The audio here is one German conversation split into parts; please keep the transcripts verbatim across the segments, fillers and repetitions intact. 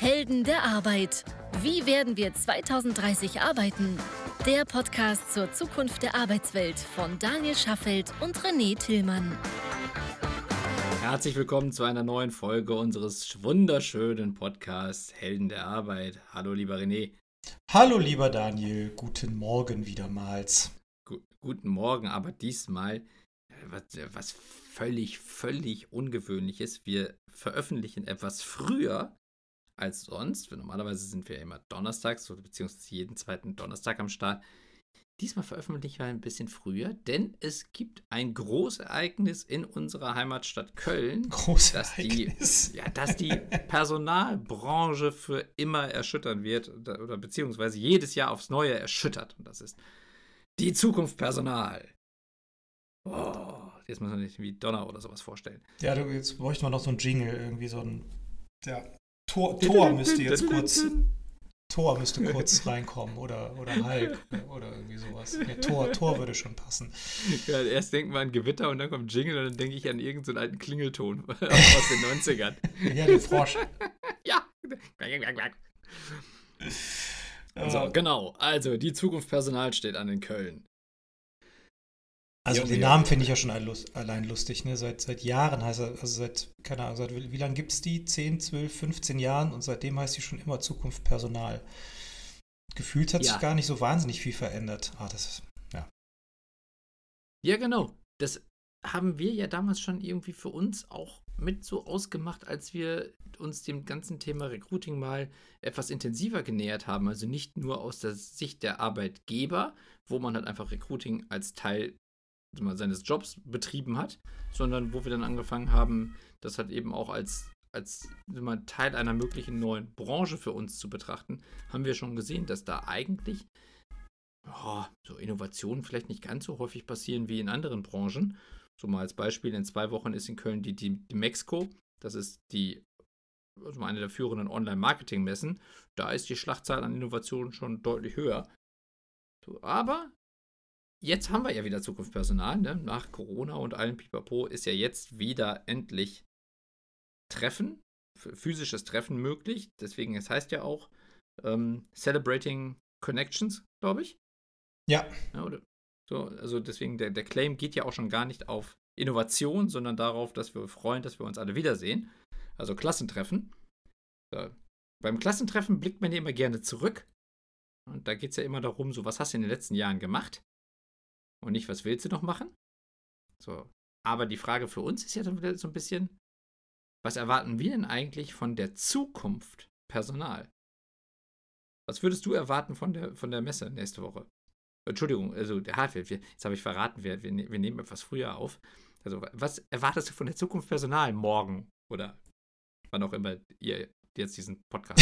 Helden der Arbeit. Wie werden wir zwanzig dreißig arbeiten? Der Podcast zur Zukunft der Arbeitswelt von Daniel Schaffelt und René Tillmann. Herzlich willkommen zu einer neuen Folge unseres wunderschönen Podcasts Helden der Arbeit. Hallo lieber René. Hallo lieber Daniel, guten Morgen wiedermals. Gu- guten Morgen, aber diesmal was, was völlig, völlig Ungewöhnliches. Wir veröffentlichen etwas früher als sonst. Normalerweise sind wir immer donnerstags, beziehungsweise jeden zweiten Donnerstag am Start. Diesmal veröffentlichen wir ein bisschen früher, denn es gibt ein Großereignis in unserer Heimatstadt Köln, dass die, ja, dass die Personalbranche für immer erschüttern wird oder, oder beziehungsweise jedes Jahr aufs Neue erschüttert. Und das ist die Zukunft Personal. Oh, jetzt muss man sich wie Donner oder sowas vorstellen. Ja, du, jetzt bräuchten wir noch so ein Jingle, irgendwie so ein ja, Tor, Tor müsste jetzt kurz... Tor müsste kurz reinkommen oder, oder Hulk oder irgendwie sowas. Ja, Tor, Tor würde schon passen. Ja, erst denkt man an Gewitter und dann kommt Jingle und dann denke ich an irgendeinen so alten Klingelton aus den neunzigern. Ja, den Frosch. Ja. So, genau. Also, die Zukunft Personal steht an in Köln. Also Ja, den ja. Namen finde ich ja schon allein lustig, ne? Seit, seit Jahren heißt er, also seit, keine Ahnung, seit wie, wie lange gibt es die? zehn, zwölf, fünfzehn Jahren und seitdem heißt die schon immer Zukunft Personal. Gefühlt hat Ja. sich gar nicht so wahnsinnig viel verändert. Ah, das ist, ja. Ja, genau. Das haben wir ja damals schon irgendwie für uns auch mit so ausgemacht, als wir uns dem ganzen Thema Recruiting mal etwas intensiver genähert haben. Also nicht nur aus der Sicht der Arbeitgeber, wo man halt einfach Recruiting als Teil seines Jobs betrieben hat, sondern wo wir dann angefangen haben, das halt eben auch als, als mal, Teil einer möglichen neuen Branche für uns zu betrachten, haben wir schon gesehen, dass da eigentlich oh, so Innovationen vielleicht nicht ganz so häufig passieren wie in anderen Branchen. So mal als Beispiel, in zwei Wochen ist in Köln die, die, die Mexco, das ist die also eine der führenden Online-Marketing-Messen, da ist die Schlachtzahl an Innovationen schon deutlich höher. So, aber jetzt haben wir ja wieder Zukunft Personal, ne? Nach Corona und allem Pipapo ist ja jetzt wieder endlich Treffen, physisches Treffen möglich. Deswegen, es heißt ja auch ähm, Celebrating Connections, glaube ich. Ja. Ja, oder? So, also deswegen, der, der Claim geht ja auch schon gar nicht auf Innovation, sondern darauf, dass wir freuen, dass wir uns alle wiedersehen. Also Klassentreffen. So. Beim Klassentreffen blickt man ja immer gerne zurück. Und da geht es ja immer darum, so was hast du in den letzten Jahren gemacht? Und nicht, was willst du noch machen? So. Aber die Frage für uns ist ja dann wieder so ein bisschen, was erwarten wir denn eigentlich von der Zukunft Personal? Was würdest du erwarten von der, von der Messe nächste Woche? Entschuldigung, also der Hartwelt, jetzt habe ich verraten, wir, wir, wir nehmen etwas früher auf. Also, was erwartest du von der Zukunft Personal morgen? Oder wann auch immer ihr jetzt diesen Podcast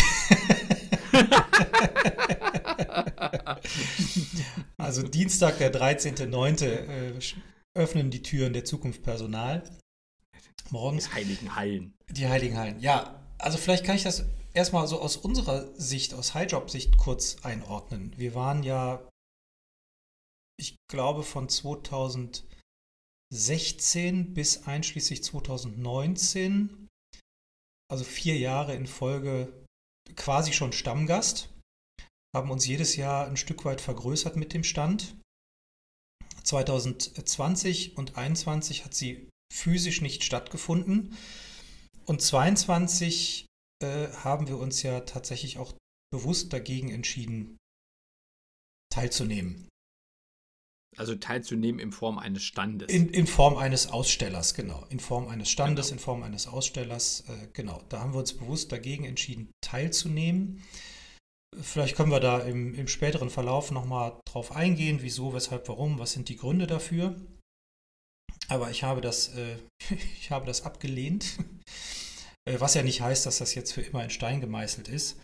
Also Dienstag, der dreizehnter neunte Äh, öffnen die Türen der Zukunft Personal. Morgens. Die Heiligen Hallen. Die Heiligen Hallen, ja. Also vielleicht kann ich das erstmal so aus unserer Sicht, aus Highjob-Sicht kurz einordnen. Wir waren ja, ich glaube, von zweitausendsechzehn bis einschließlich zweitausendneunzehn, also vier Jahre in Folge quasi schon Stammgast, haben uns jedes Jahr ein Stück weit vergrößert mit dem Stand. zwanzig zwanzig und einundzwanzig hat sie physisch nicht stattgefunden und zweiundzwanzig äh, haben wir uns ja tatsächlich auch bewusst dagegen entschieden, teilzunehmen. Also teilzunehmen in Form eines Standes. In, in Form eines Ausstellers, genau. In Form eines Standes, Genau. in Form eines Ausstellers, äh, genau. Da haben wir uns bewusst dagegen entschieden, teilzunehmen. Vielleicht können wir da im, im späteren Verlauf nochmal drauf eingehen, wieso, weshalb, warum, was sind die Gründe dafür. Aber ich habe das, äh, ich habe das abgelehnt, äh, was ja nicht heißt, dass das jetzt für immer in Stein gemeißelt ist.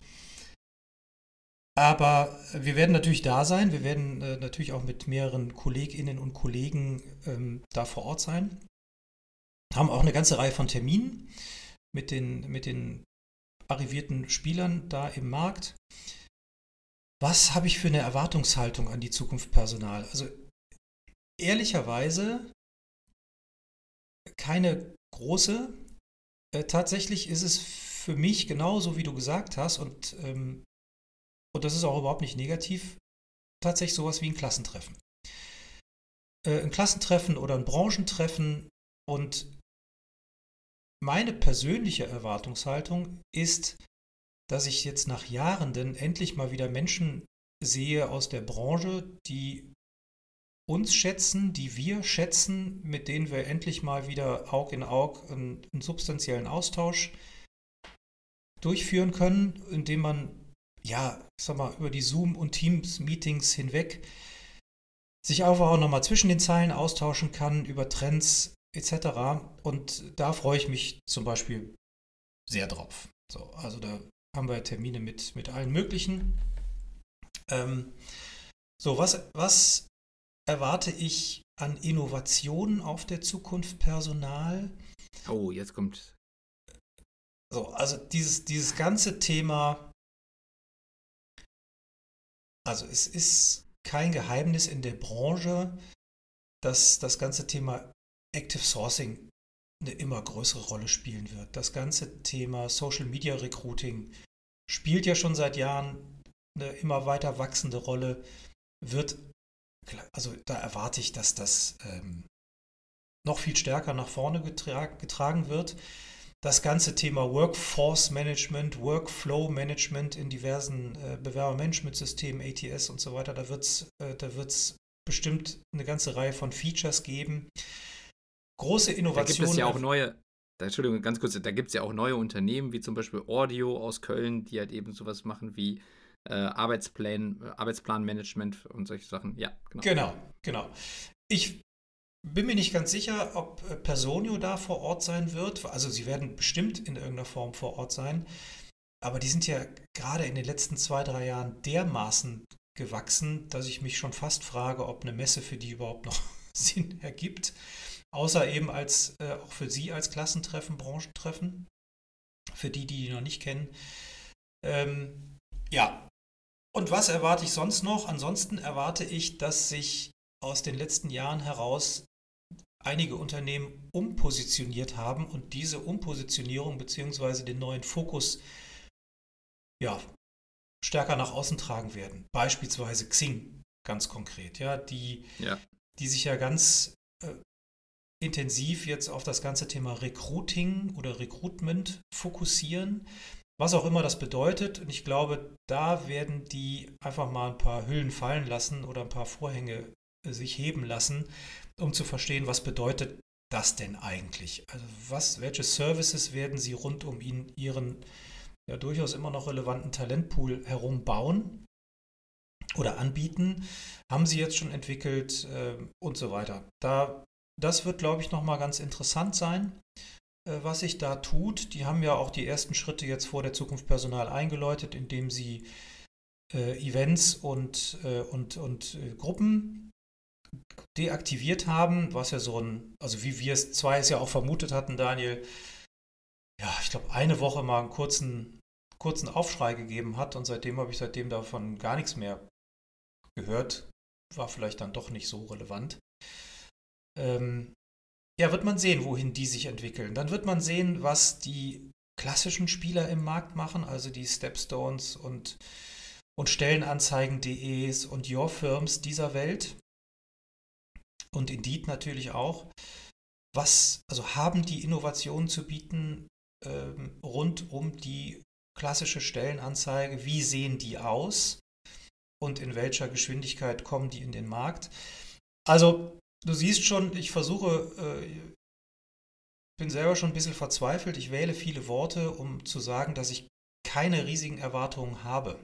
Aber wir werden natürlich da sein, wir werden äh, natürlich auch mit mehreren KollegInnen und Kollegen ähm, da vor Ort sein. Haben auch eine ganze Reihe von Terminen mit den, mit den arrivierten Spielern da im Markt. Was habe ich für eine Erwartungshaltung an die Zukunft Personal? Also ehrlicherweise keine große. Äh, tatsächlich ist es für mich genauso, wie du gesagt hast, und, ähm, und das ist auch überhaupt nicht negativ, tatsächlich sowas wie ein Klassentreffen. Äh, ein Klassentreffen oder ein Branchentreffen, und meine persönliche Erwartungshaltung ist, dass ich jetzt nach Jahren denn endlich mal wieder Menschen sehe aus der Branche, die uns schätzen, die wir schätzen, mit denen wir endlich mal wieder Aug in Aug einen, einen substanziellen Austausch durchführen können, indem man, ja, ich sag mal, über die Zoom- und Teams-Meetings hinweg sich einfach auch nochmal zwischen den Zeilen austauschen kann, über Trends et cetera. Und da freue ich mich zum Beispiel sehr drauf. So, also da haben wir Termine mit, mit allen möglichen. Ähm, so, was, was erwarte ich an Innovationen auf der Zukunft Personal? Oh, jetzt kommt. So, also dieses, dieses ganze Thema, also es ist kein Geheimnis in der Branche, dass das ganze Thema Active Sourcing eine immer größere Rolle spielen wird. Das ganze Thema Social Media Recruiting spielt ja schon seit Jahren eine immer weiter wachsende Rolle, wird, also da erwarte ich, dass das ähm, noch viel stärker nach vorne getra- getragen wird. Das ganze Thema Workforce Management, Workflow Management in diversen äh, Bewerbermanagementsystemen, A T S und so weiter, da wird es äh, da wird's bestimmt eine ganze Reihe von Features geben. Große Innovationen. Da gibt es ja auch neue, da, Entschuldigung, ganz kurz, da gibt es ja auch neue Unternehmen, wie zum Beispiel Audio aus Köln, die halt eben sowas machen wie äh, Arbeitsplan, Arbeitsplanmanagement und solche Sachen. Ja, genau. Genau, genau. Ich bin mir nicht ganz sicher, ob Personio da vor Ort sein wird. Also sie werden bestimmt in irgendeiner Form vor Ort sein. Aber die sind ja gerade in den letzten zwei, drei Jahren dermaßen gewachsen, dass ich mich schon fast frage, ob eine Messe für die überhaupt noch Sinn ergibt. Außer eben als äh, auch für Sie als Klassentreffen, Branchentreffen. Für die, die die noch nicht kennen. Ähm, ja. Und was erwarte ich sonst noch? Ansonsten erwarte ich, dass sich aus den letzten Jahren heraus einige Unternehmen umpositioniert haben und diese Umpositionierung bzw. den neuen Fokus ja, stärker nach außen tragen werden. Beispielsweise Xing, ganz konkret, ja, die, Ja. die sich ja ganz äh, intensiv jetzt auf das ganze Thema Recruiting oder Recruitment fokussieren, was auch immer das bedeutet. Und ich glaube, da werden die einfach mal ein paar Hüllen fallen lassen oder ein paar Vorhänge äh, sich heben lassen, um zu verstehen, was bedeutet das denn eigentlich? Also was, welche Services werden sie rund um ihn, ihren ja durchaus immer noch relevanten Talentpool herum bauen oder anbieten? Haben sie jetzt schon entwickelt äh, und so weiter. Da, das wird, glaube ich, nochmal ganz interessant sein, äh, was sich da tut. Die haben ja auch die ersten Schritte jetzt vor der Zukunft Personal eingeläutet, indem sie äh, Events und, äh, und, und äh, Gruppen deaktiviert haben, was ja so ein, also wie wir es zwei es ja auch vermutet hatten, Daniel, ja, ich glaube, eine Woche mal einen kurzen, kurzen Aufschrei gegeben hat, und seitdem habe ich seitdem davon gar nichts mehr gehört. War vielleicht dann doch nicht so relevant. Ähm, ja, wird man sehen, wohin die sich entwickeln. Dann wird man sehen, was die klassischen Spieler im Markt machen, also die Stepstones und, und Stellenanzeigen.de's und Your Firms dieser Welt. Und Indeed natürlich auch. Was, also haben die Innovationen zu bieten ähm, rund um die klassische Stellenanzeige? Wie sehen die aus? Und in welcher Geschwindigkeit kommen die in den Markt? Also, du siehst schon, ich versuche, äh, bin selber schon ein bisschen verzweifelt. Ich wähle viele Worte, um zu sagen, dass ich keine riesigen Erwartungen habe.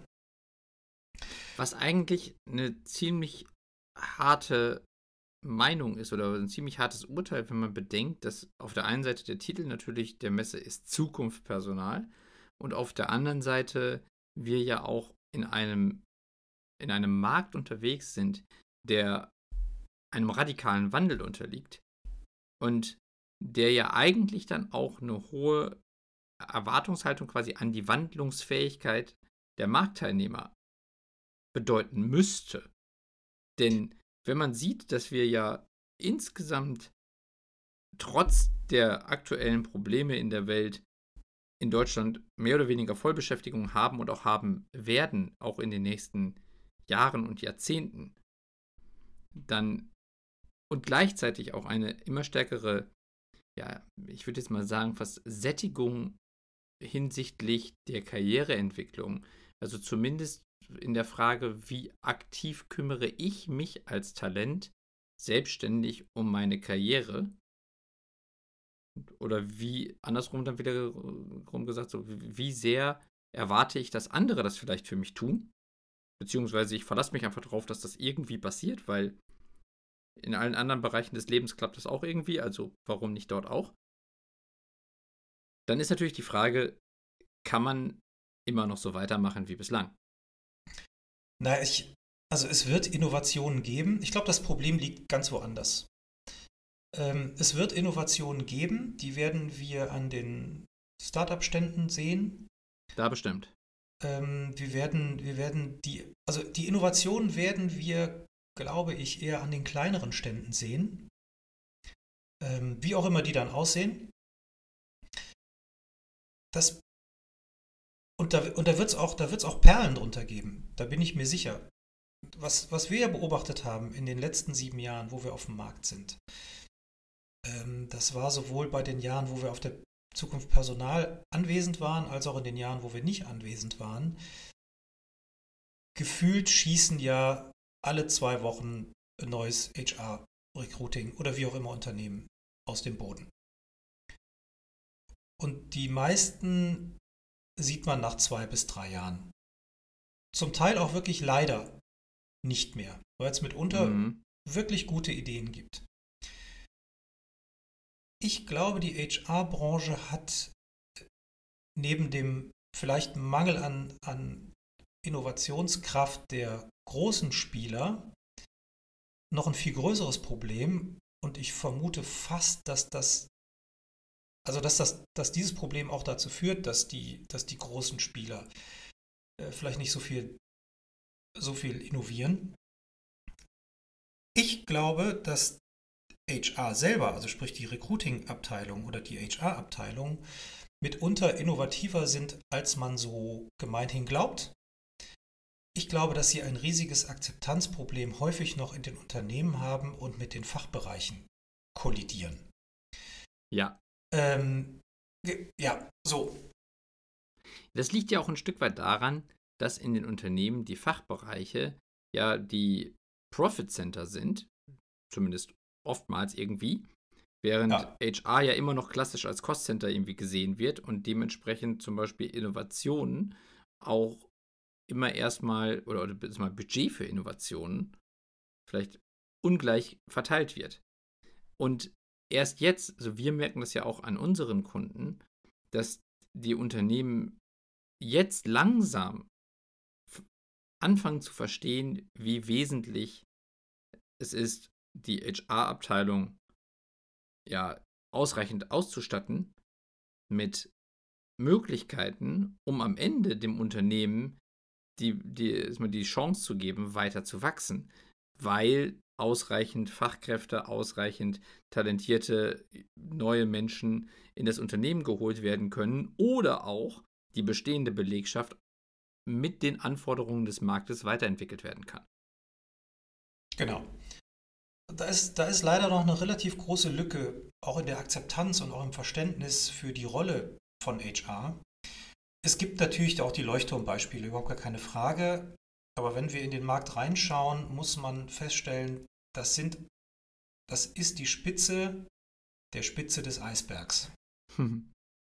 Was eigentlich eine ziemlich harte Meinung ist oder ein ziemlich hartes Urteil, wenn man bedenkt, dass auf der einen Seite der Titel natürlich der Messe ist Zukunft Personal und auf der anderen Seite wir ja auch in einem, in einem Markt unterwegs sind, der einem radikalen Wandel unterliegt und der ja eigentlich dann auch eine hohe Erwartungshaltung quasi an die Wandlungsfähigkeit der Marktteilnehmer bedeuten müsste. Denn wenn man sieht, dass wir ja insgesamt trotz der aktuellen Probleme in der Welt in Deutschland mehr oder weniger Vollbeschäftigung haben und auch haben werden, auch in den nächsten Jahren und Jahrzehnten, dann und gleichzeitig auch eine immer stärkere, ja, ich würde jetzt mal sagen, fast Sättigung hinsichtlich der Karriereentwicklung, also zumindest in der Frage, wie aktiv kümmere ich mich als Talent selbstständig um meine Karriere, oder wie, andersrum dann wieder rum gesagt, so wie sehr erwarte ich, dass andere das vielleicht für mich tun, beziehungsweise ich verlasse mich einfach darauf, dass das irgendwie passiert, weil in allen anderen Bereichen des Lebens klappt das auch irgendwie, also warum nicht dort auch? Dann ist natürlich die Frage, kann man immer noch so weitermachen wie bislang? Na, ich, also es wird Innovationen geben. Ich glaube, das Problem liegt ganz woanders. Ähm, es wird Innovationen geben, die werden wir an den Startup-Ständen sehen. Da bestimmt. Ähm, wir werden, wir werden die, also die Innovationen werden wir, glaube ich, eher an den kleineren Ständen sehen. Ähm, wie auch immer die dann aussehen. Das, und da, und da wird es auch, da wird's auch Perlen drunter geben. Da bin ich mir sicher. Was, was wir ja beobachtet haben in den letzten sieben Jahren, wo wir auf dem Markt sind, ähm, das war sowohl bei den Jahren, wo wir auf der Zukunft Personal anwesend waren, als auch in den Jahren, wo wir nicht anwesend waren. Gefühlt schießen ja alle zwei Wochen ein neues H R-Recruiting oder wie auch immer Unternehmen aus dem Boden. Und die meisten sieht man nach zwei bis drei Jahren. Zum Teil auch wirklich leider nicht mehr, weil es mitunter mhm. wirklich gute Ideen gibt. Ich glaube, die H R-Branche hat neben dem vielleicht Mangel an, an Innovationskraft der großen Spieler noch ein viel größeres Problem. Und ich vermute fast, dass das, also dass das, dass dieses Problem auch dazu führt, dass die, dass die großen Spieler äh, vielleicht nicht so viel, so viel innovieren. Ich glaube, dass H R selber, also sprich die Recruiting-Abteilung oder die H R-Abteilung, mitunter innovativer sind, als man so gemeinhin glaubt. Ich glaube, dass sie ein riesiges Akzeptanzproblem häufig noch in den Unternehmen haben und mit den Fachbereichen kollidieren. Ja. Ähm, ja, so. Das liegt ja auch ein Stück weit daran, dass in den Unternehmen die Fachbereiche ja die Profit Center sind, zumindest oftmals irgendwie, während ja. H R ja immer noch klassisch als Cost Center irgendwie gesehen wird und dementsprechend zum Beispiel Innovationen auch immer erstmal, oder, oder erstmal Budget für Innovationen vielleicht ungleich verteilt wird. Und erst jetzt, also wir merken das ja auch an unseren Kunden, dass die Unternehmen jetzt langsam f- anfangen zu verstehen, wie wesentlich es ist, die H R-Abteilung ja ausreichend auszustatten mit Möglichkeiten, um am Ende dem Unternehmen die, die, die Chance zu geben, weiter zu wachsen, weil ausreichend Fachkräfte, ausreichend talentierte neue Menschen in das Unternehmen geholt werden können oder auch die bestehende Belegschaft mit den Anforderungen des Marktes weiterentwickelt werden kann. Genau. Da ist, da ist leider noch eine relativ große Lücke, auch in der Akzeptanz und auch im Verständnis für die Rolle von H R. Es gibt natürlich auch die Leuchtturmbeispiele, überhaupt gar keine Frage. Aber wenn wir in den Markt reinschauen, muss man feststellen, das sind, das ist die Spitze der Spitze des Eisbergs. Mhm.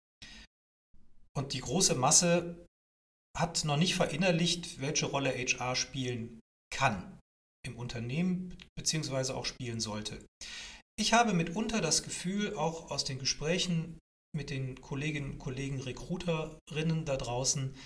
Und die große Masse hat noch nicht verinnerlicht, welche Rolle H R spielen kann im Unternehmen, beziehungsweise auch spielen sollte. Ich habe mitunter das Gefühl, auch aus den Gesprächen mit den Kolleginnen und Kollegen Recruiterinnen da draußen,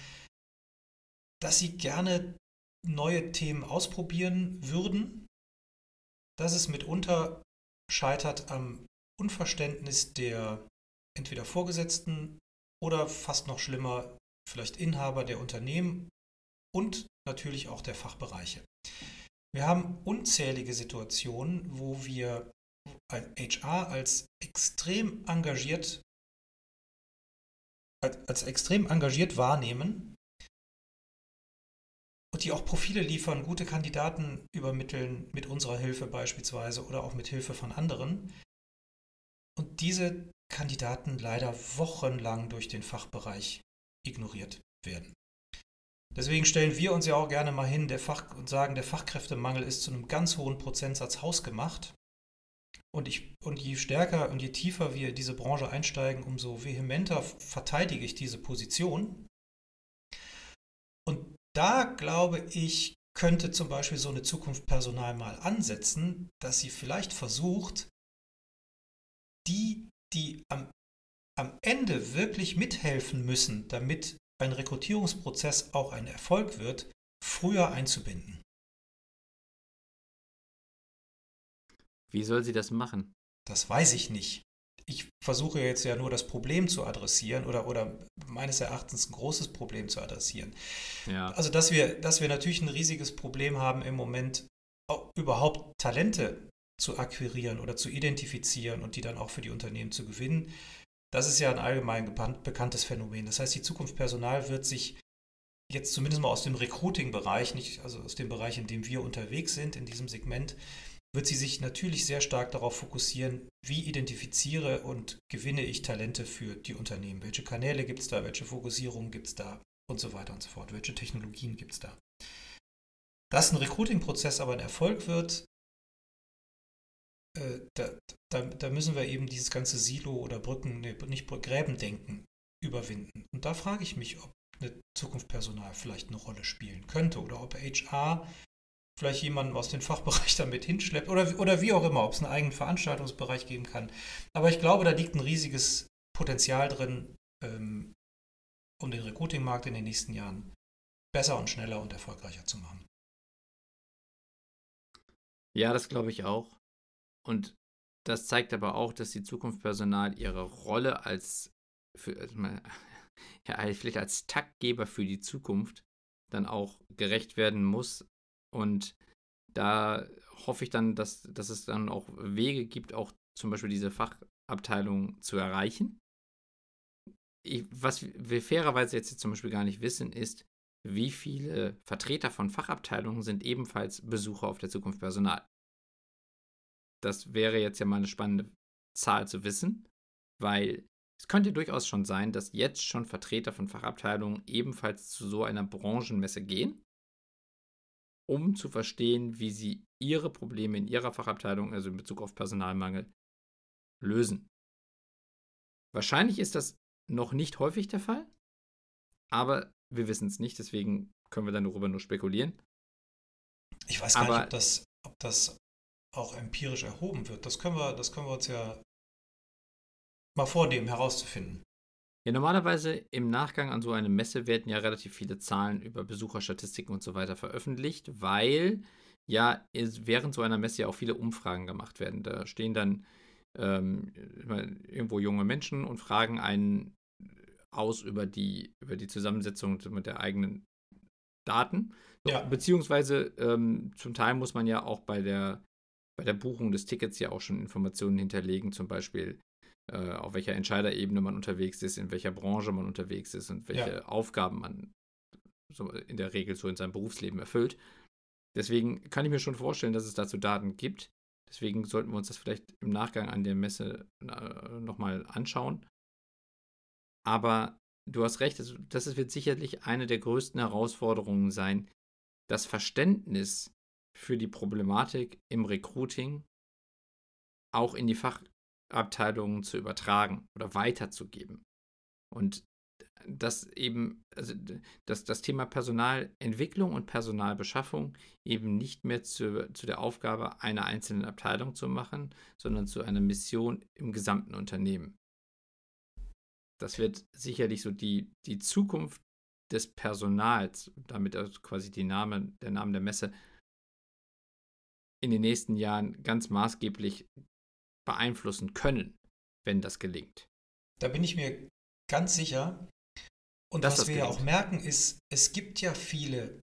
dass sie gerne neue Themen ausprobieren würden, dass es mitunter scheitert am Unverständnis der entweder Vorgesetzten oder fast noch schlimmer, vielleicht Inhaber der Unternehmen und natürlich auch der Fachbereiche. Wir haben unzählige Situationen, wo wir H R als extrem engagiert als, als extrem engagiert wahrnehmen und die auch Profile liefern, gute Kandidaten übermitteln mit unserer Hilfe beispielsweise oder auch mit Hilfe von anderen. Und diese Kandidaten leider wochenlang durch den Fachbereich ignoriert werden. Deswegen stellen wir uns ja auch gerne mal hin der Fach- und sagen, der Fachkräftemangel ist zu einem ganz hohen Prozentsatz hausgemacht. Und, ich, und je stärker und je tiefer wir in diese Branche einsteigen, umso vehementer verteidige ich diese Position. Und da, glaube ich, könnte zum Beispiel so eine Zukunft Personal mal ansetzen, dass sie vielleicht versucht, die, die am, am Ende wirklich mithelfen müssen, damit ein Rekrutierungsprozess auch ein Erfolg wird, früher einzubinden. Wie soll sie das machen? Das weiß ich nicht. Ich versuche jetzt ja nur das Problem zu adressieren oder, oder meines Erachtens ein großes Problem zu adressieren. Ja. Also, dass wir, dass wir natürlich ein riesiges Problem haben im Moment, auch überhaupt Talente zu akquirieren oder zu identifizieren und die dann auch für die Unternehmen zu gewinnen. Das ist ja ein allgemein bekanntes Phänomen. Das heißt, die Zukunft Personal wird sich jetzt zumindest mal aus dem Recruiting-Bereich, nicht also aus dem Bereich, in dem wir unterwegs sind, in diesem Segment, wird sie sich natürlich sehr stark darauf fokussieren, wie identifiziere und gewinne ich Talente für die Unternehmen. Welche Kanäle gibt es da, welche Fokussierungen gibt es da und so weiter und so fort. Welche Technologien gibt es da. Dass ein Recruiting-Prozess aber ein Erfolg wird, äh, da, da, da müssen wir eben dieses ganze Silo oder Brücken, nee, nicht Gräbendenken überwinden. Und da frage ich mich, ob eine Zukunft Personal vielleicht eine Rolle spielen könnte oder ob H R vielleicht jemanden aus dem Fachbereich damit hinschleppt oder, oder wie auch immer, ob es einen eigenen Veranstaltungsbereich geben kann. Aber ich glaube, da liegt ein riesiges Potenzial drin, ähm, um den Recruiting-Markt in den nächsten Jahren besser und schneller und erfolgreicher zu machen. Ja, das glaube ich auch. Und das zeigt aber auch, dass die Zukunft Personal ihre Rolle als, für, ja, vielleicht als Taktgeber für die Zukunft dann auch gerecht werden muss. Und da hoffe ich dann, dass, dass es dann auch Wege gibt, auch zum Beispiel diese Fachabteilung zu erreichen. Ich, was wir fairerweise jetzt zum Beispiel gar nicht wissen, ist, wie viele Vertreter von Fachabteilungen sind ebenfalls Besucher auf der Zukunft Personal. Das wäre jetzt ja mal eine spannende Zahl zu wissen, weil es könnte durchaus schon sein, dass jetzt schon Vertreter von Fachabteilungen ebenfalls zu so einer Branchenmesse gehen, um zu verstehen, wie sie ihre Probleme in ihrer Fachabteilung, also in Bezug auf Personalmangel, lösen. Wahrscheinlich ist das noch nicht häufig der Fall, aber wir wissen es nicht, deswegen können wir dann darüber nur spekulieren. Ich weiß gar aber, nicht, ob das, ob das auch empirisch erhoben wird. Das können wir, das können wir uns ja mal vornehmen, herauszufinden. Ja, normalerweise im Nachgang an so eine Messe werden ja relativ viele Zahlen über Besucherstatistiken und so weiter veröffentlicht, weil ja während so einer Messe ja auch viele Umfragen gemacht werden. Da stehen dann ähm, irgendwo junge Menschen und fragen einen aus über die, über die Zusammensetzung mit der eigenen Daten. Ja. Beziehungsweise ähm, zum Teil muss man ja auch bei der, bei der Buchung des Tickets ja auch schon Informationen hinterlegen, zum Beispiel äh, auf welcher Entscheiderebene man unterwegs ist, in welcher Branche man unterwegs ist und welche ja. Aufgaben man so in der Regel so in seinem Berufsleben erfüllt. Deswegen kann ich mir schon vorstellen, dass es dazu Daten gibt. Deswegen sollten wir uns das vielleicht im Nachgang an der Messe äh, nochmal anschauen. Aber du hast recht, das, das wird sicherlich eine der größten Herausforderungen sein, das Verständnis für die Problematik im Recruiting auch in die Fachabteilungen zu übertragen oder weiterzugeben. Und dass eben, also dass das Thema Personalentwicklung und Personalbeschaffung eben nicht mehr zu, zu der Aufgabe einer einzelnen Abteilung zu machen, sondern zu einer Mission im gesamten Unternehmen. Das wird sicherlich so die, die Zukunft des Personals, damit also quasi die Name, der Name der Messe, in den nächsten Jahren ganz maßgeblich beeinflussen können, wenn das gelingt. Da bin ich mir ganz sicher. Und Dass was wir ja gelingt. auch merken, ist, es gibt ja viele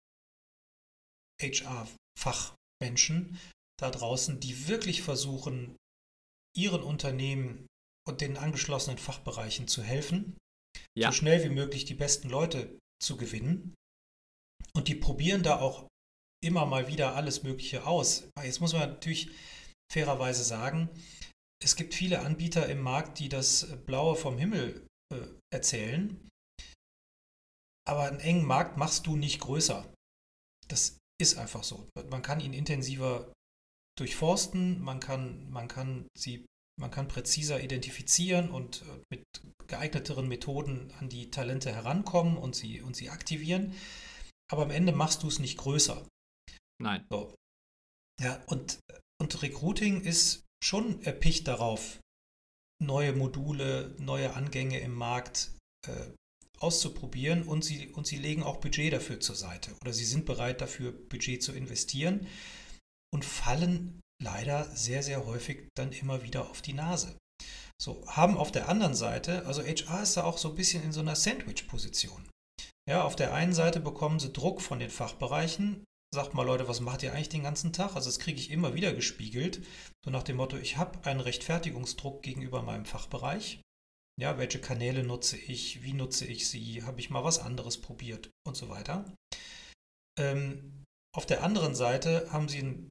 H R-Fachmenschen da draußen, die wirklich versuchen, ihren Unternehmen und den angeschlossenen Fachbereichen zu helfen. Ja. so schnell wie möglich die besten Leute zu gewinnen. Und die probieren da auch immer mal wieder alles Mögliche aus. Jetzt muss man natürlich fairerweise sagen, es gibt viele Anbieter im Markt, die das Blaue vom Himmel äh, erzählen. Aber einen engen Markt machst du nicht größer. Das ist einfach so. Man kann ihn intensiver durchforsten, man kann, man kann sie, man kann präziser identifizieren und mit geeigneteren Methoden an die Talente herankommen und sie, und sie aktivieren. Aber am Ende machst du es nicht größer. Nein. So. Ja, und, und Recruiting ist schon erpicht darauf, neue Module, neue Angänge im Markt äh, auszuprobieren und sie, und sie legen auch Budget dafür zur Seite oder sie sind bereit dafür, Budget zu investieren und fallen leider sehr, sehr häufig dann immer wieder auf die Nase. So, haben auf der anderen Seite, also H R ist da auch so ein bisschen in so einer Sandwich-Position. Ja, auf der einen Seite bekommen sie Druck von den Fachbereichen, sagt mal Leute, was macht ihr eigentlich den ganzen Tag? Also das kriege ich immer wieder gespiegelt, so nach dem Motto, ich habe einen Rechtfertigungsdruck gegenüber meinem Fachbereich. Ja, welche Kanäle nutze ich, wie nutze ich sie, habe ich mal was anderes probiert und so weiter. Ähm, auf der anderen Seite haben sie ein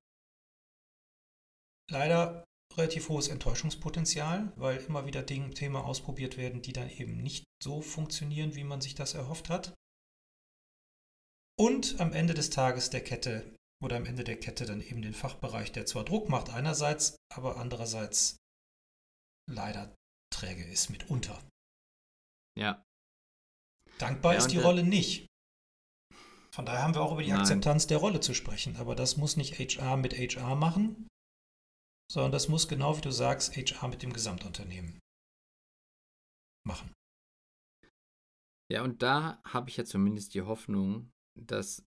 leider relativ hohes Enttäuschungspotenzial, weil immer wieder Dinge, Themen ausprobiert werden, die dann eben nicht so funktionieren, wie man sich das erhofft hat. Und am Ende des Tages der Kette oder am Ende der Kette dann eben den Fachbereich, der zwar Druck macht einerseits, aber andererseits leider träge ist mitunter. Ja. Dankbar ja, ist die äh, Rolle nicht. Von daher haben wir auch über die Nein. Akzeptanz der Rolle zu sprechen. Aber das muss nicht H R mit H R machen, sondern das muss genau wie du sagst, H R mit dem Gesamtunternehmen machen. Ja, und da habe ich ja zumindest die Hoffnung, dass,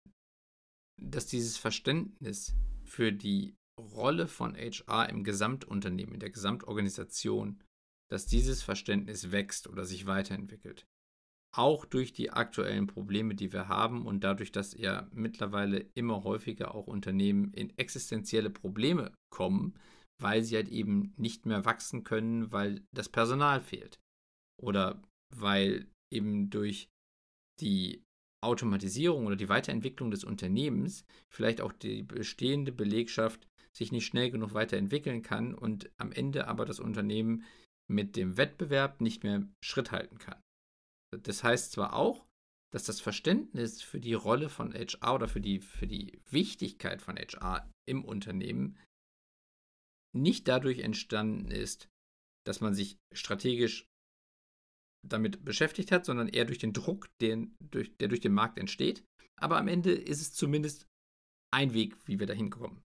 dass dieses Verständnis für die Rolle von H R im Gesamtunternehmen, in der Gesamtorganisation, dass dieses Verständnis wächst oder sich weiterentwickelt. Auch durch die aktuellen Probleme, die wir haben und dadurch, dass ja mittlerweile immer häufiger auch Unternehmen in existenzielle Probleme kommen, weil sie halt eben nicht mehr wachsen können, weil das Personal fehlt. Oder weil eben durch die Automatisierung oder die Weiterentwicklung des Unternehmens vielleicht auch die bestehende Belegschaft sich nicht schnell genug weiterentwickeln kann und am Ende aber das Unternehmen mit dem Wettbewerb nicht mehr Schritt halten kann. Das heißt zwar auch, dass das Verständnis für die Rolle von H R oder für die, für die Wichtigkeit von H R im Unternehmen nicht dadurch entstanden ist, dass man sich strategisch damit beschäftigt hat, sondern eher durch den Druck, den, durch, der durch den Markt entsteht. Aber am Ende ist es zumindest ein Weg, wie wir da hinkommen.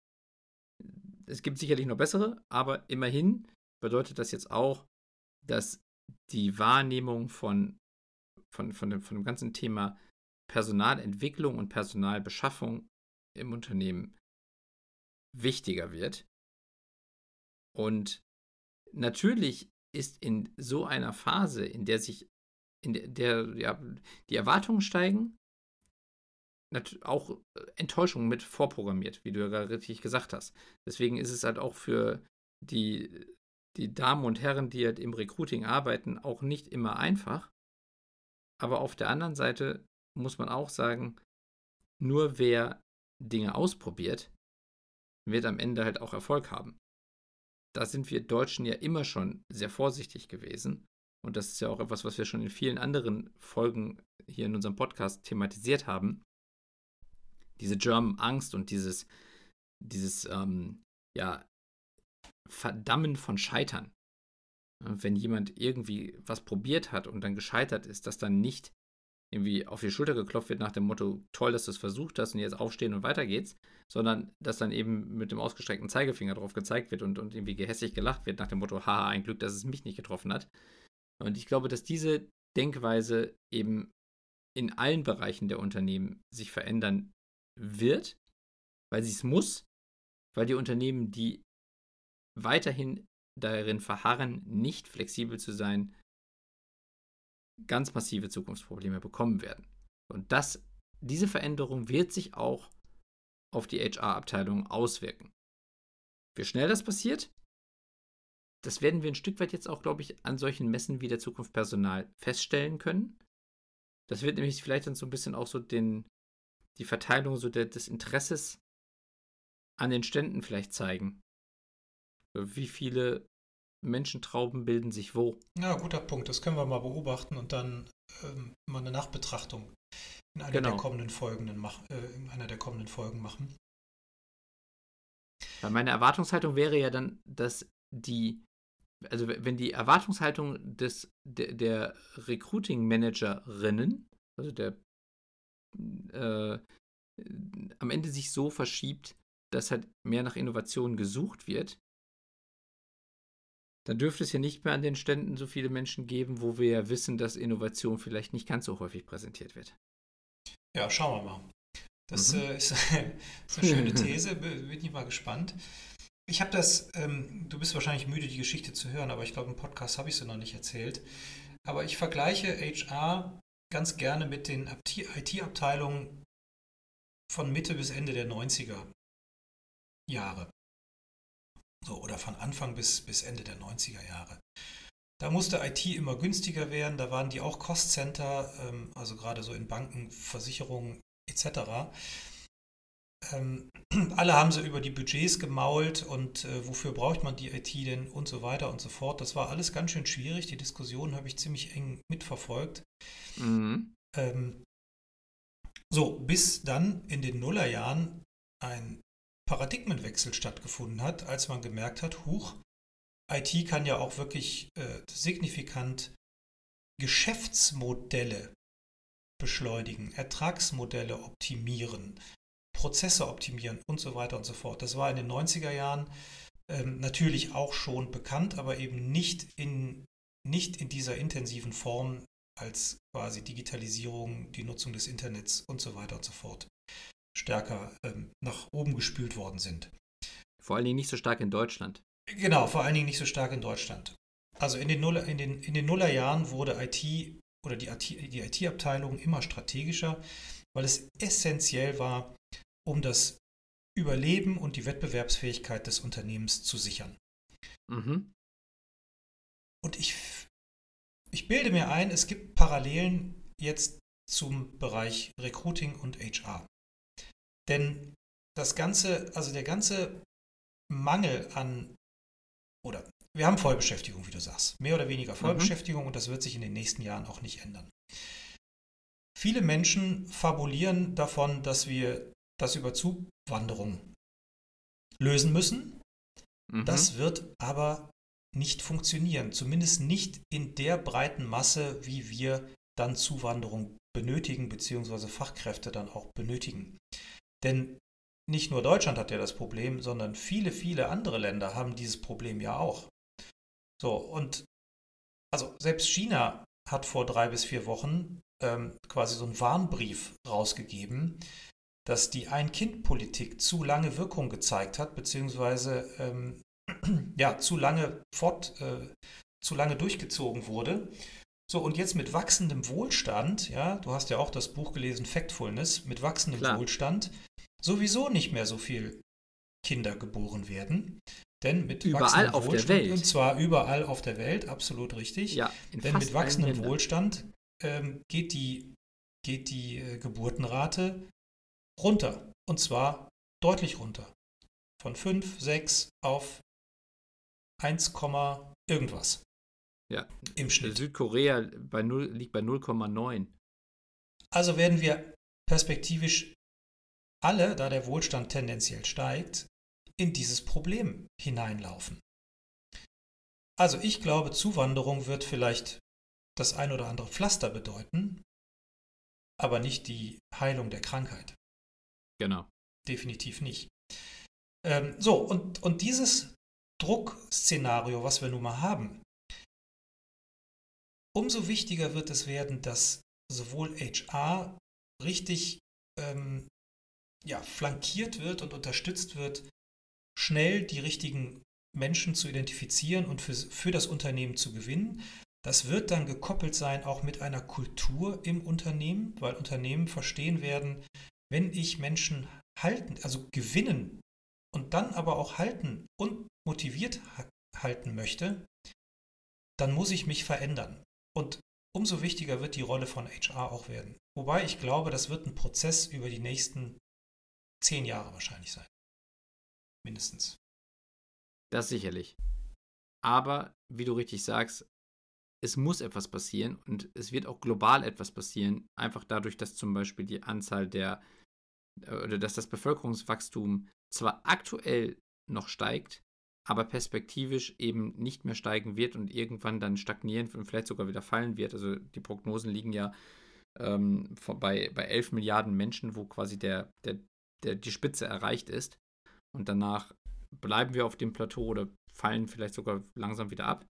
Es gibt sicherlich noch bessere, aber immerhin bedeutet das jetzt auch, dass die Wahrnehmung von, von, von, dem, von dem ganzen Thema Personalentwicklung und Personalbeschaffung im Unternehmen wichtiger wird. Und natürlich ist in so einer Phase, in der sich in der, der ja, die Erwartungen steigen, auch Enttäuschung mit vorprogrammiert, wie du ja gerade richtig gesagt hast. Deswegen ist es halt auch für die, die Damen und Herren, die halt im Recruiting arbeiten, auch nicht immer einfach. Aber auf der anderen Seite muss man auch sagen, nur wer Dinge ausprobiert, wird am Ende halt auch Erfolg haben. Da sind wir Deutschen ja immer schon sehr vorsichtig gewesen. Und das ist ja auch etwas, was wir schon in vielen anderen Folgen hier in unserem Podcast thematisiert haben. Diese German Angst und dieses, dieses ähm, ja, Verdammen von Scheitern. Wenn jemand irgendwie was probiert hat und dann gescheitert ist, dass dann nicht irgendwie auf die Schulter geklopft wird nach dem Motto, toll, dass du es versucht hast und jetzt aufstehen und weiter geht's, sondern dass dann eben mit dem ausgestreckten Zeigefinger drauf gezeigt wird und, und irgendwie gehässig gelacht wird nach dem Motto, haha, ein Glück, dass es mich nicht getroffen hat. Und ich glaube, dass diese Denkweise eben in allen Bereichen der Unternehmen sich verändern wird, weil sie es muss, weil die Unternehmen, die weiterhin darin verharren, nicht flexibel zu sein, ganz massive Zukunftsprobleme bekommen werden. Und das, diese Veränderung wird sich auch auf die H R-Abteilung auswirken. Wie schnell das passiert, das werden wir ein Stück weit jetzt auch, glaube ich, an solchen Messen wie der Zukunft Personal feststellen können. Das wird nämlich vielleicht dann so ein bisschen auch so den, die Verteilung so der, des Interesses an den Ständen vielleicht zeigen. Wie viele Menschentrauben bilden sich wo? Ja, guter Punkt. Das können wir mal beobachten und dann ähm, mal eine Nachbetrachtung in einer Genau. der kommenden Folgen mach, äh, in einer der kommenden Folgen machen. Weil meine Erwartungshaltung wäre ja dann, dass die, also wenn die Erwartungshaltung des, der, der Recruiting-Managerinnen, also der äh, am Ende sich so verschiebt, dass halt mehr nach Innovation gesucht wird, dann dürfte es ja nicht mehr an den Ständen so viele Menschen geben, wo wir ja wissen, dass Innovation vielleicht nicht ganz so häufig präsentiert wird. Ja, schauen wir mal. Das Mhm. äh, ist, ist eine schöne These, bin ich mal gespannt. Ich habe das, ähm, du bist wahrscheinlich müde, die Geschichte zu hören, aber ich glaube, im Podcast habe ich sie noch nicht erzählt. Aber ich vergleiche H R ganz gerne mit den I T-Abteilungen von Mitte bis Ende der neunziger Jahre. So, oder von Anfang bis, bis Ende der neunziger Jahre. Da musste I T immer günstiger werden, da waren die auch Cost-Center, ähm, also gerade so in Banken, Versicherungen et cetera. Ähm, alle haben so über die Budgets gemault und äh, wofür braucht man die I T denn und so weiter und so fort. Das war alles ganz schön schwierig. Die Diskussion habe ich ziemlich eng mitverfolgt. Mhm. Ähm, so, bis dann in den Nullerjahren ein Paradigmenwechsel stattgefunden hat, als man gemerkt hat, huch, I T kann ja auch wirklich äh, signifikant Geschäftsmodelle beschleunigen, Ertragsmodelle optimieren, Prozesse optimieren und so weiter und so fort. Das war in den neunziger Jahren ähm, natürlich auch schon bekannt, aber eben nicht in, nicht in dieser intensiven Form als quasi Digitalisierung, die Nutzung des Internets und so weiter und so fort stärker ähm, nach oben gespült worden sind. Vor allen Dingen nicht so stark in Deutschland. Genau, vor allen Dingen nicht so stark in Deutschland. Also in den, Nuller, in den, in den Nullerjahren wurde I T oder die, die I T-Abteilung immer strategischer, weil es essentiell war, um das Überleben und die Wettbewerbsfähigkeit des Unternehmens zu sichern. Mhm. Und ich, ich bilde mir ein, es gibt Parallelen jetzt zum Bereich Recruiting und H R. Denn das ganze, also der ganze Mangel an, oder wir haben Vollbeschäftigung, wie du sagst, mehr oder weniger Vollbeschäftigung mhm. und das wird sich in den nächsten Jahren auch nicht ändern. Viele Menschen fabulieren davon, dass wir das über Zuwanderung lösen müssen. Mhm. Das wird aber nicht funktionieren, zumindest nicht in der breiten Masse, wie wir dann Zuwanderung benötigen, beziehungsweise Fachkräfte dann auch benötigen. Denn nicht nur Deutschland hat ja das Problem, sondern viele, viele andere Länder haben dieses Problem ja auch. So, und also selbst China hat vor drei bis vier Wochen ähm, quasi so einen Warnbrief rausgegeben, dass die Ein-Kind-Politik zu lange Wirkung gezeigt hat, beziehungsweise ähm, ja, zu lange fort, äh, zu lange durchgezogen wurde. So, und jetzt mit wachsendem Wohlstand, ja, du hast ja auch das Buch gelesen, Factfulness, mit wachsendem Klar. Wohlstand sowieso nicht mehr so viel Kinder geboren werden. Denn mit überall wachsendem auf Wohlstand, der Welt. und zwar überall auf der Welt, absolut richtig. Ja, in Denn fast mit wachsendem allen Ländern. Wohlstand ähm, geht die, geht die äh, Geburtenrate runter. Und zwar deutlich runter. Von fünf, sechs auf eins, irgendwas. Ja, im Schnitt. Südkorea bei null, liegt bei null Komma neun. Also werden wir perspektivisch alle, da der Wohlstand tendenziell steigt, in dieses Problem hineinlaufen. Also ich glaube, Zuwanderung wird vielleicht das ein oder andere Pflaster bedeuten, aber nicht die Heilung der Krankheit. Genau. Definitiv nicht. Ähm, so, und, und dieses Druckszenario, was wir nun mal haben, umso wichtiger wird es werden, dass sowohl H R richtig ähm, ja, flankiert wird und unterstützt wird, schnell die richtigen Menschen zu identifizieren und für, für das Unternehmen zu gewinnen. Das wird dann gekoppelt sein auch mit einer Kultur im Unternehmen, weil Unternehmen verstehen werden, wenn ich Menschen halten, also gewinnen und dann aber auch halten und motiviert halten möchte, dann muss ich mich verändern. Und umso wichtiger wird die Rolle von H R auch werden. Wobei ich glaube, das wird ein Prozess über die nächsten zehn Jahre wahrscheinlich sein. Mindestens. Das sicherlich. Aber, wie du richtig sagst, es muss etwas passieren und es wird auch global etwas passieren, einfach dadurch, dass zum Beispiel die Anzahl der, oder dass das Bevölkerungswachstum zwar aktuell noch steigt, aber perspektivisch eben nicht mehr steigen wird und irgendwann dann stagnieren und vielleicht sogar wieder fallen wird. Also die Prognosen liegen ja ähm, bei, bei elf Milliarden Menschen, wo quasi der, der, der, die Spitze erreicht ist. Und danach bleiben wir auf dem Plateau oder fallen vielleicht sogar langsam wieder ab.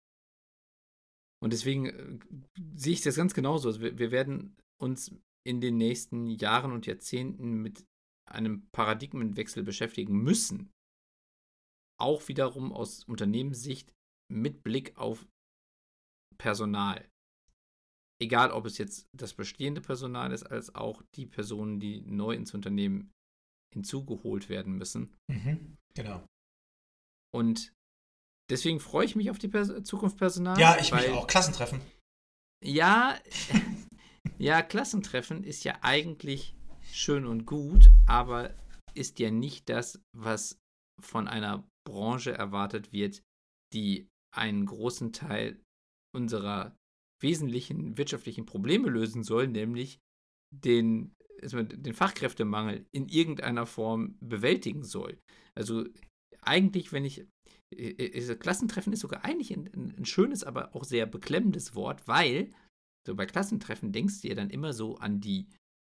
Und deswegen äh, sehe ich das ganz genauso. Also wir, wir werden uns in den nächsten Jahren und Jahrzehnten mit einem Paradigmenwechsel beschäftigen müssen. Auch wiederum aus Unternehmenssicht mit Blick auf Personal. Egal, ob es jetzt das bestehende Personal ist, als auch die Personen, die neu ins Unternehmen hinzugeholt werden müssen. Mhm, genau. Und deswegen freue ich mich auf die Pers- Zukunft Personal. Ja, ich weil, mich auch. Klassentreffen. Ja, ja, Klassentreffen ist ja eigentlich schön und gut, aber ist ja nicht das, was von einer Branche erwartet wird, die einen großen Teil unserer wesentlichen wirtschaftlichen Probleme lösen soll, nämlich den, den Fachkräftemangel in irgendeiner Form bewältigen soll. Also eigentlich, wenn ich, äh, Klassentreffen ist sogar eigentlich ein, ein schönes, aber auch sehr beklemmendes Wort, weil so bei Klassentreffen denkst du ja dann immer so an die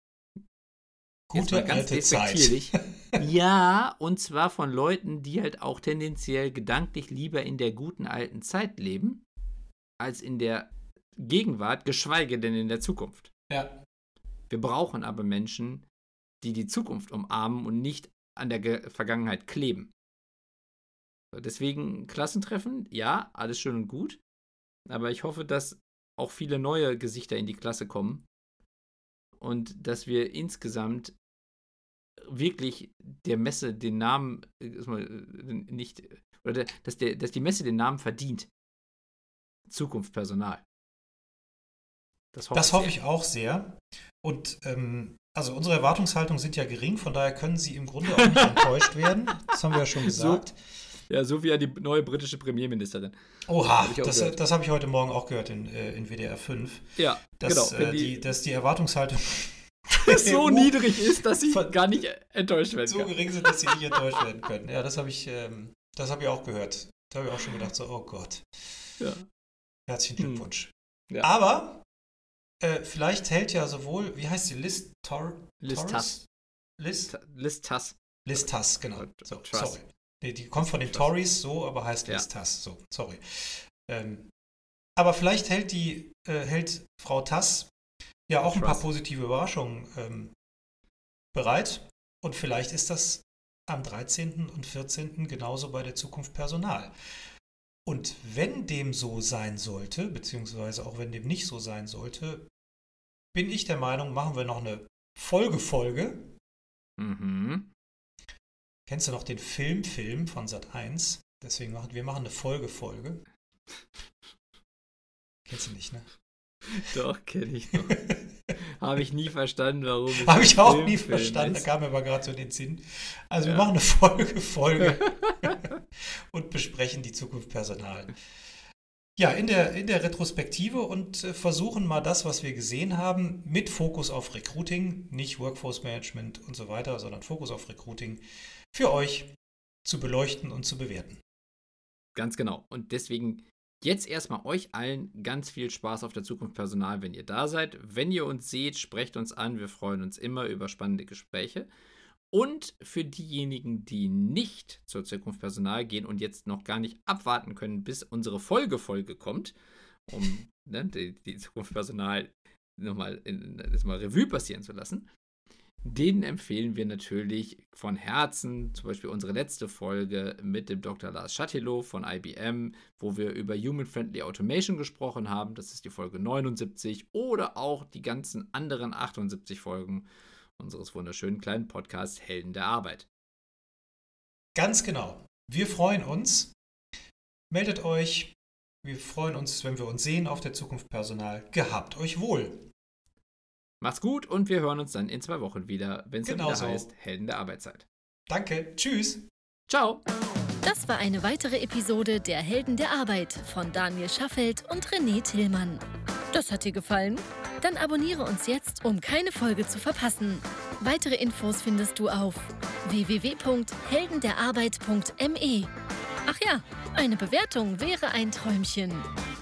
gute ganz alte Zeit. Ja, und zwar von Leuten, die halt auch tendenziell gedanklich lieber in der guten alten Zeit leben, als in der Gegenwart, geschweige denn in der Zukunft. Ja. Wir brauchen aber Menschen, die die Zukunft umarmen und nicht an der Ge- Vergangenheit kleben. Deswegen Klassentreffen, ja, alles schön und gut, aber ich hoffe, dass auch viele neue Gesichter in die Klasse kommen und dass wir insgesamt wirklich der Messe den Namen nicht, oder dass, der, dass die Messe den Namen verdient. Zukunft Personal. Das hoffe, das hoffe ich auch sehr. Und ähm, also unsere Erwartungshaltungen sind ja gering, von daher können sie im Grunde auch nicht enttäuscht werden. Das haben wir ja schon gesagt. So, ja, so wie ja die neue britische Premierministerin. Oha, das, das habe ich heute Morgen auch gehört in, äh, in W D R fünf. Ja, dass, genau. Äh, die, die, dass die Erwartungshaltung so niedrig ist, dass sie gar nicht enttäuscht werden so kann. So gering sind, dass sie nicht enttäuscht werden können. Ja, das habe ich, ähm, das habe ich auch gehört. Da habe ich auch schon gedacht, so, oh Gott. Ja. Herzlichen Glückwunsch. Hm. Ja. Aber äh, vielleicht hält ja sowohl, wie heißt die, Liz Tor- Liz Truss? Liz Liz Truss. Liz Truss, genau. So, Truss. sorry. Die, die kommt von den Truss. Tories, so, aber heißt Liz Ja. Truss. So, sorry. Ähm, aber vielleicht hält die, äh, hält Frau Truss ja auch ein Truss. paar positive Überraschungen ähm, bereit. Und vielleicht ist das am dreizehnten und vierzehnten genauso bei der Zukunft Personal. Und wenn dem so sein sollte, beziehungsweise auch wenn dem nicht so sein sollte, bin ich der Meinung, machen wir noch eine Folgefolge. Mhm. Kennst du noch den Film-Film von Sat eins? Deswegen machen wir machen eine Folgefolge. Kennst du nicht, ne? Doch, kenne ich noch. Habe ich nie verstanden, warum es Habe ich auch Film, nie Film verstanden, ist. da kam mir aber gerade so in den Sinn. Also Ja. wir machen eine Folgefolge und besprechen die Zukunft Personal. Ja, in der, in der Retrospektive und äh, versuchen mal das, was wir gesehen haben, mit Fokus auf Recruiting, nicht Workforce Management und so weiter, sondern Fokus auf Recruiting, für euch zu beleuchten und zu bewerten. Ganz genau. Und deswegen jetzt erstmal euch allen ganz viel Spaß auf der Zukunft Personal, wenn ihr da seid. Wenn ihr uns seht, sprecht uns an. Wir freuen uns immer über spannende Gespräche. Und für diejenigen, die nicht zur Zukunft Personal gehen und jetzt noch gar nicht abwarten können, bis unsere Folgefolge kommt, um ne, die, die Zukunft Personal nochmal in, das mal Revue passieren zu lassen, denen empfehlen wir natürlich von Herzen, zum Beispiel unsere letzte Folge mit dem Doktor Lars Chatilo von I B M, wo wir über Human-Friendly Automation gesprochen haben. Das ist die Folge neunundsiebzig oder auch die ganzen anderen achtundsiebzig Folgen unseres wunderschönen kleinen Podcasts Helden der Arbeit. Ganz genau. Wir freuen uns. Meldet euch. Wir freuen uns, wenn wir uns sehen auf der Zukunft Personal. Gehabt euch wohl. Macht's gut und wir hören uns dann in zwei Wochen wieder, wenn es Genau wieder so. heißt Helden der Arbeitszeit. Danke. Tschüss. Ciao. Das war eine weitere Episode der Helden der Arbeit von Daniel Schaffelt und René Tillmann. Das hat dir gefallen? Dann abonniere uns jetzt, um keine Folge zu verpassen. Weitere Infos findest du auf w w w punkt heldenderarbeit punkt m e. Ach ja, eine Bewertung wäre ein Träumchen.